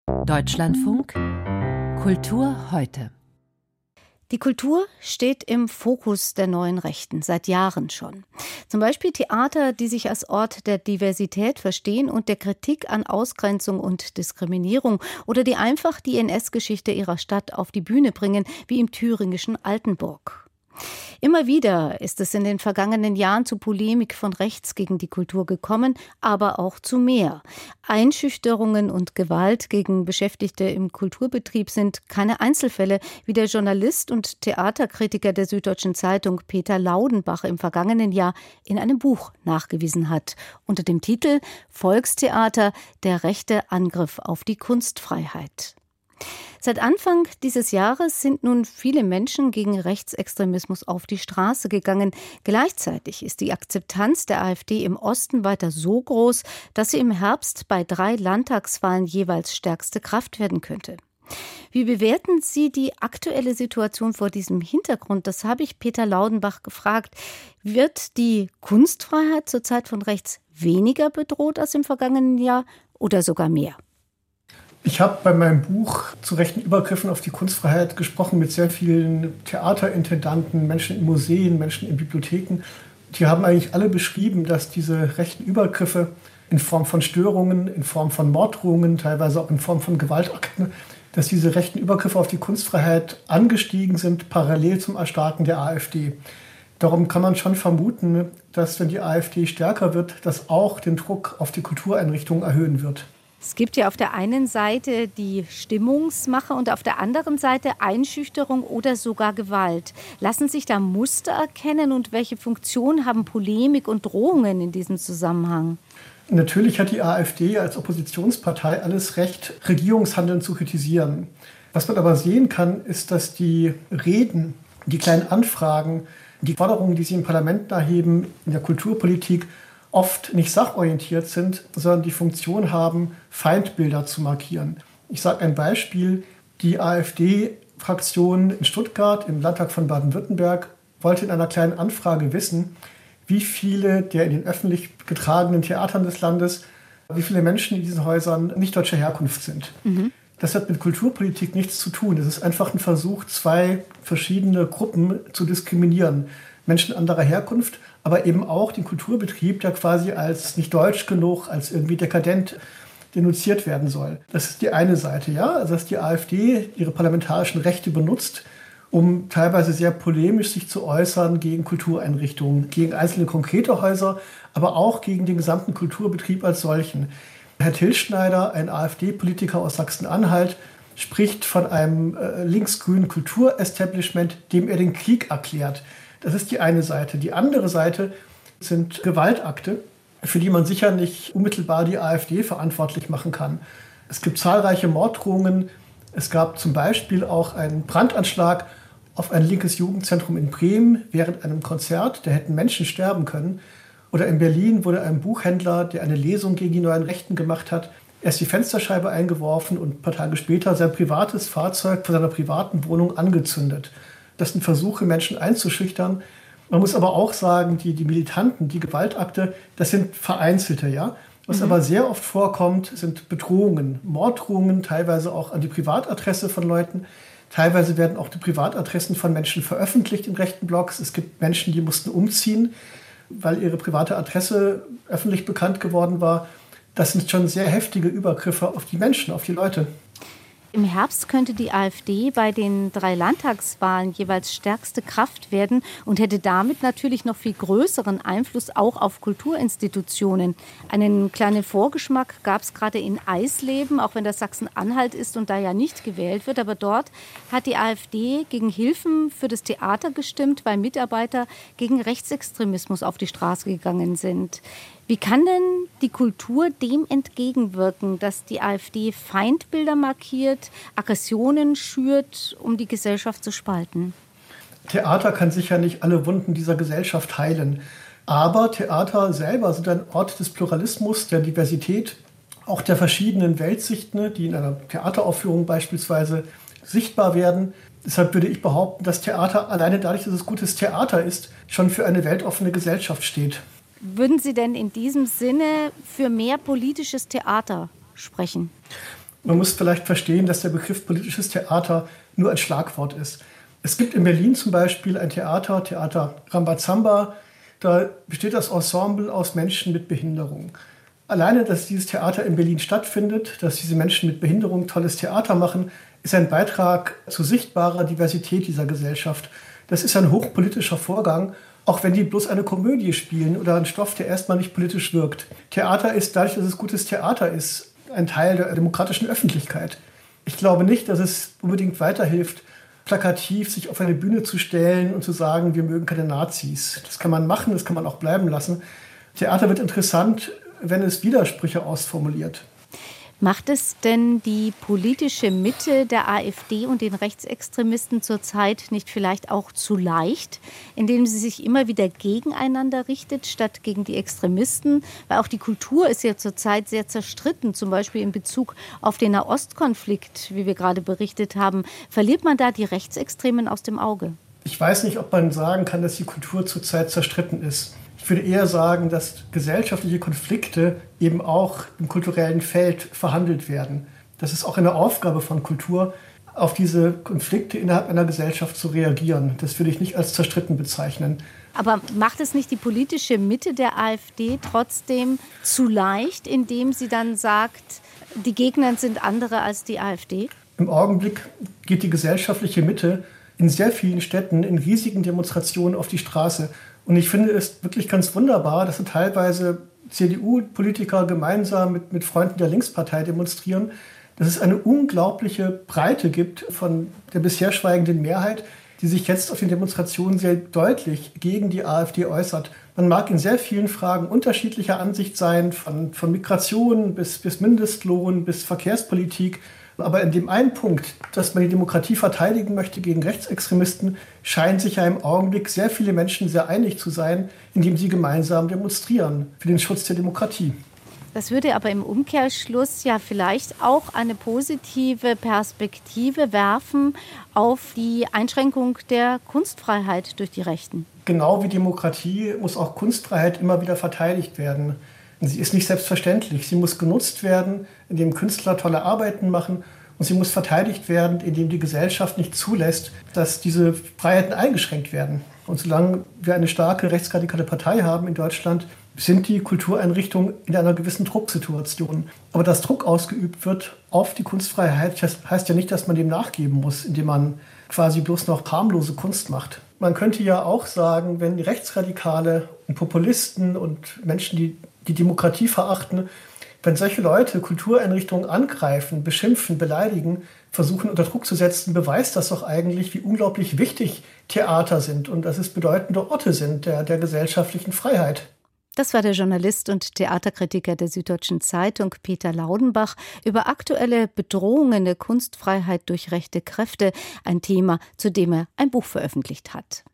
Deutschlandfunk Kultur heute. Die Kultur steht im Fokus der neuen Rechten, seit Jahren schon. Zum Beispiel Theater, die sich als Ort der Diversität verstehen und der Kritik an Ausgrenzung und Diskriminierung oder die einfach die NS-Geschichte ihrer Stadt auf die Bühne bringen, wie im thüringischen Altenburg. Immer wieder ist es in den vergangenen Jahren zu Polemik von rechts gegen die Kultur gekommen, aber auch zu mehr. Einschüchterungen und Gewalt gegen Beschäftigte im Kulturbetrieb sind keine Einzelfälle, wie der Journalist und Theaterkritiker der Süddeutschen Zeitung Peter Laudenbach im vergangenen Jahr in einem Buch nachgewiesen hat, unter dem Titel »Volkstheater – Der rechte Angriff auf die Kunstfreiheit«. Seit Anfang dieses Jahres sind nun viele Menschen gegen Rechtsextremismus auf die Straße gegangen. Gleichzeitig ist die Akzeptanz der AfD im Osten weiter so groß, dass sie im Herbst bei 3 Landtagswahlen jeweils stärkste Kraft werden könnte. Wie bewerten Sie die aktuelle Situation vor diesem Hintergrund? Das habe ich Peter Laudenbach gefragt. Wird die Kunstfreiheit zurzeit von rechts weniger bedroht als im vergangenen Jahr oder sogar mehr? Ich habe bei meinem Buch zu rechten Übergriffen auf die Kunstfreiheit gesprochen mit sehr vielen Theaterintendanten, Menschen in Museen, Menschen in Bibliotheken. Die haben eigentlich alle beschrieben, dass diese rechten Übergriffe in Form von Störungen, in Form von Morddrohungen, teilweise auch in Form von Gewaltakten, dass diese rechten Übergriffe auf die Kunstfreiheit angestiegen sind, parallel zum Erstarken der AfD. Darum kann man schon vermuten, dass, wenn die AfD stärker wird, das auch den Druck auf die Kultureinrichtungen erhöhen wird. Es gibt ja auf der einen Seite die Stimmungsmache und auf der anderen Seite Einschüchterung oder sogar Gewalt. Lassen sich da Muster erkennen und welche Funktion haben Polemik und Drohungen in diesem Zusammenhang? Natürlich hat die AfD als Oppositionspartei alles Recht, Regierungshandeln zu kritisieren. Was man aber sehen kann, ist, dass die Reden, die kleinen Anfragen, die Forderungen, die sie im Parlament erheben, in der Kulturpolitik, oft nicht sachorientiert sind, sondern die Funktion haben, Feindbilder zu markieren. Ich sage ein Beispiel. Die AfD-Fraktion in Stuttgart im Landtag von Baden-Württemberg wollte in einer kleinen Anfrage wissen, wie viele der in den öffentlich getragenen Theatern des Landes, wie viele Menschen in diesen Häusern nicht deutscher Herkunft sind. Das hat mit Kulturpolitik nichts zu tun. Es ist einfach ein Versuch, 2 verschiedene Gruppen zu diskriminieren. Menschen anderer Herkunft, aber eben auch den Kulturbetrieb, der quasi als nicht deutsch genug, als irgendwie dekadent denunziert werden soll. Das ist die eine Seite, ja, also dass die AfD ihre parlamentarischen Rechte benutzt, um teilweise sehr polemisch sich zu äußern gegen Kultureinrichtungen, gegen einzelne konkrete Häuser, aber auch gegen den gesamten Kulturbetrieb als solchen. Herr Tilschneider, ein AfD-Politiker aus Sachsen-Anhalt, spricht von einem linksgrünen Kulturestablishment, dem er den Krieg erklärt. Das ist die eine Seite. Die andere Seite sind Gewaltakte, für die man sicher nicht unmittelbar die AfD verantwortlich machen kann. Es gibt zahlreiche Morddrohungen. Es gab zum Beispiel auch einen Brandanschlag auf ein linkes Jugendzentrum in Bremen während einem Konzert. Da hätten Menschen sterben können. Oder in Berlin wurde einem Buchhändler, der eine Lesung gegen die neuen Rechten gemacht hat, erst die Fensterscheibe eingeworfen und ein paar Tage später sein privates Fahrzeug von seiner privaten Wohnung angezündet. Das sind Versuche, Menschen einzuschüchtern. Man muss aber auch sagen, die Militanten, die Gewaltakte, das sind vereinzelte, ja. Was aber sehr oft vorkommt, sind Bedrohungen, Morddrohungen, teilweise auch an die Privatadresse von Leuten. Teilweise werden auch die Privatadressen von Menschen veröffentlicht in rechten Blogs. Es gibt Menschen, die mussten umziehen, weil ihre private Adresse öffentlich bekannt geworden war. Das sind schon sehr heftige Übergriffe auf die Menschen, auf die Leute. Im Herbst könnte die AfD bei den 3 Landtagswahlen jeweils stärkste Kraft werden und hätte damit natürlich noch viel größeren Einfluss auch auf Kulturinstitutionen. Einen kleinen Vorgeschmack gab es gerade in Eisleben, auch wenn das Sachsen-Anhalt ist und da ja nicht gewählt wird. Aber dort hat die AfD gegen Hilfen für das Theater gestimmt, weil Mitarbeiter gegen Rechtsextremismus auf die Straße gegangen sind. Wie kann denn die Kultur dem entgegenwirken, dass die AfD Feindbilder markiert, Aggressionen schürt, um die Gesellschaft zu spalten? Theater kann sicher nicht alle Wunden dieser Gesellschaft heilen. Aber Theater selber sind ein Ort des Pluralismus, der Diversität, auch der verschiedenen Weltsichten, die in einer Theateraufführung beispielsweise sichtbar werden. Deshalb würde ich behaupten, dass Theater alleine dadurch, dass es gutes Theater ist, schon für eine weltoffene Gesellschaft steht. Würden Sie denn in diesem Sinne für mehr politisches Theater sprechen? Man muss vielleicht verstehen, dass der Begriff politisches Theater nur ein Schlagwort ist. Es gibt in Berlin zum Beispiel ein Theater, Theater Rambazamba. Da besteht das Ensemble aus Menschen mit Behinderung. Alleine, dass dieses Theater in Berlin stattfindet, dass diese Menschen mit Behinderung tolles Theater machen, ist ein Beitrag zu sichtbarer Diversität dieser Gesellschaft. Das ist ein hochpolitischer Vorgang, auch wenn die bloß eine Komödie spielen oder einen Stoff, der erstmal nicht politisch wirkt. Theater ist, dadurch, dass es gutes Theater ist, ein Teil der demokratischen Öffentlichkeit. Ich glaube nicht, dass es unbedingt weiterhilft, plakativ sich auf eine Bühne zu stellen und zu sagen, wir mögen keine Nazis. Das kann man machen, das kann man auch bleiben lassen. Theater wird interessant, wenn es Widersprüche ausformuliert. Macht es denn die politische Mitte der AfD und den Rechtsextremisten zurzeit nicht vielleicht auch zu leicht, indem sie sich immer wieder gegeneinander richtet, statt gegen die Extremisten? Weil auch die Kultur ist ja zurzeit sehr zerstritten, zum Beispiel in Bezug auf den Nahostkonflikt, wie wir gerade berichtet haben. Verliert man da die Rechtsextremen aus dem Auge? Ich weiß nicht, ob man sagen kann, dass die Kultur zurzeit zerstritten ist. Ich würde eher sagen, dass gesellschaftliche Konflikte eben auch im kulturellen Feld verhandelt werden. Das ist auch eine Aufgabe von Kultur, auf diese Konflikte innerhalb einer Gesellschaft zu reagieren. Das würde ich nicht als zerstritten bezeichnen. Aber macht es nicht die politische Mitte der AfD trotzdem zu leicht, indem sie dann sagt, die Gegner sind andere als die AfD? Im Augenblick geht die gesellschaftliche Mitte in sehr vielen Städten in riesigen Demonstrationen auf die Straße. Und ich finde es wirklich ganz wunderbar, dass teilweise CDU-Politiker gemeinsam mit Freunden der Linkspartei demonstrieren, dass es eine unglaubliche Breite gibt von der bisher schweigenden Mehrheit, die sich jetzt auf den Demonstrationen sehr deutlich gegen die AfD äußert. Man mag in sehr vielen Fragen unterschiedlicher Ansicht sein, von Migration bis Mindestlohn bis Verkehrspolitik. Aber in dem einen Punkt, dass man die Demokratie verteidigen möchte gegen Rechtsextremisten, scheinen sich ja im Augenblick sehr viele Menschen sehr einig zu sein, indem sie gemeinsam demonstrieren für den Schutz der Demokratie. Das würde aber im Umkehrschluss ja vielleicht auch eine positive Perspektive werfen auf die Einschränkung der Kunstfreiheit durch die Rechten. Genau wie Demokratie muss auch Kunstfreiheit immer wieder verteidigt werden. Sie ist nicht selbstverständlich. Sie muss genutzt werden, indem Künstler tolle Arbeiten machen. Und sie muss verteidigt werden, indem die Gesellschaft nicht zulässt, dass diese Freiheiten eingeschränkt werden. Und solange wir eine starke rechtsradikale Partei haben in Deutschland, sind die Kultureinrichtungen in einer gewissen Drucksituation. Aber dass Druck ausgeübt wird auf die Kunstfreiheit, das heißt ja nicht, dass man dem nachgeben muss, indem man quasi bloß noch harmlose Kunst macht. Man könnte ja auch sagen, wenn die Rechtsradikale und Populisten und Menschen, die die Demokratie verachten, wenn solche Leute Kultureinrichtungen angreifen, beschimpfen, beleidigen, versuchen unter Druck zu setzen, beweist das doch eigentlich, wie unglaublich wichtig Theater sind und dass es bedeutende Orte sind der gesellschaftlichen Freiheit. Das war der Journalist und Theaterkritiker der Süddeutschen Zeitung Peter Laudenbach über aktuelle Bedrohungen der Kunstfreiheit durch rechte Kräfte, ein Thema, zu dem er ein Buch veröffentlicht hat.